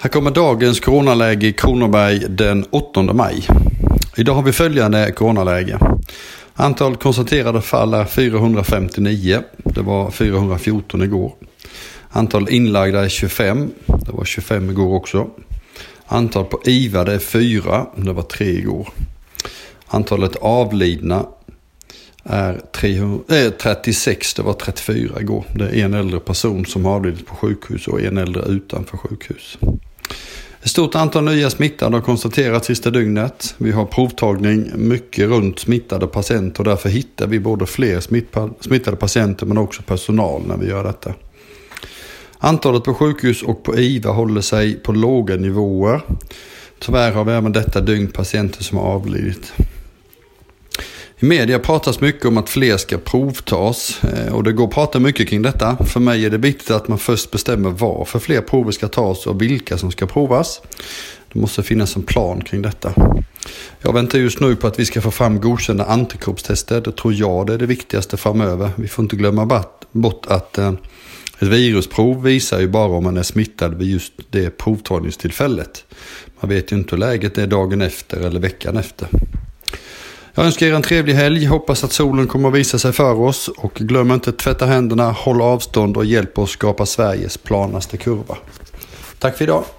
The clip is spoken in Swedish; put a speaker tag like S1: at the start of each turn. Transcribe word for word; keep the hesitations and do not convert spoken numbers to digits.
S1: Här kommer dagens coronaläge i Kronoberg den åttonde maj. Idag har vi följande coronaläge. Antal konstaterade fall är fyrahundrafemtionio. Det var fyrahundrafjorton igår. Antal inlagda är tjugofem. Det var tjugofem igår också. Antal på I V A är fyra. Det var tre igår. Antalet avlidna är trettiosex. Det var trettiofyra igår. Det är en äldre person som har avlidit på sjukhus och en äldre utanför sjukhus. Ett stort antal nya smittade har konstaterats sista dygnet. Vi har provtagning mycket runt smittade patienter och därför hittar vi både fler smittade patienter men också personal när vi gör detta. Antalet på sjukhus och på I V A håller sig på låga nivåer. Tyvärr har vi även detta dygn patienter som har avlidit. I media pratas mycket om att fler ska provtas och det går att prata mycket kring detta. För mig är det viktigt att man först bestämmer varför fler prover ska tas och vilka som ska provas. Det måste finnas en plan kring detta. Jag väntar just nu på att vi ska få fram godkända antikroppstester. Det tror jag det är det viktigaste framöver. Vi får inte glömma bort att ett virusprov visar ju bara om man är smittad vid just det provtagningstillfället. Man vet ju inte hur läget är dagen efter eller veckan efter. Jag önskar er en trevlig helg. Hoppas att solen kommer att visa sig för oss. Och glöm inte att tvätta händerna, hålla avstånd och hjälp oss skapa Sveriges planaste kurva. Tack för idag.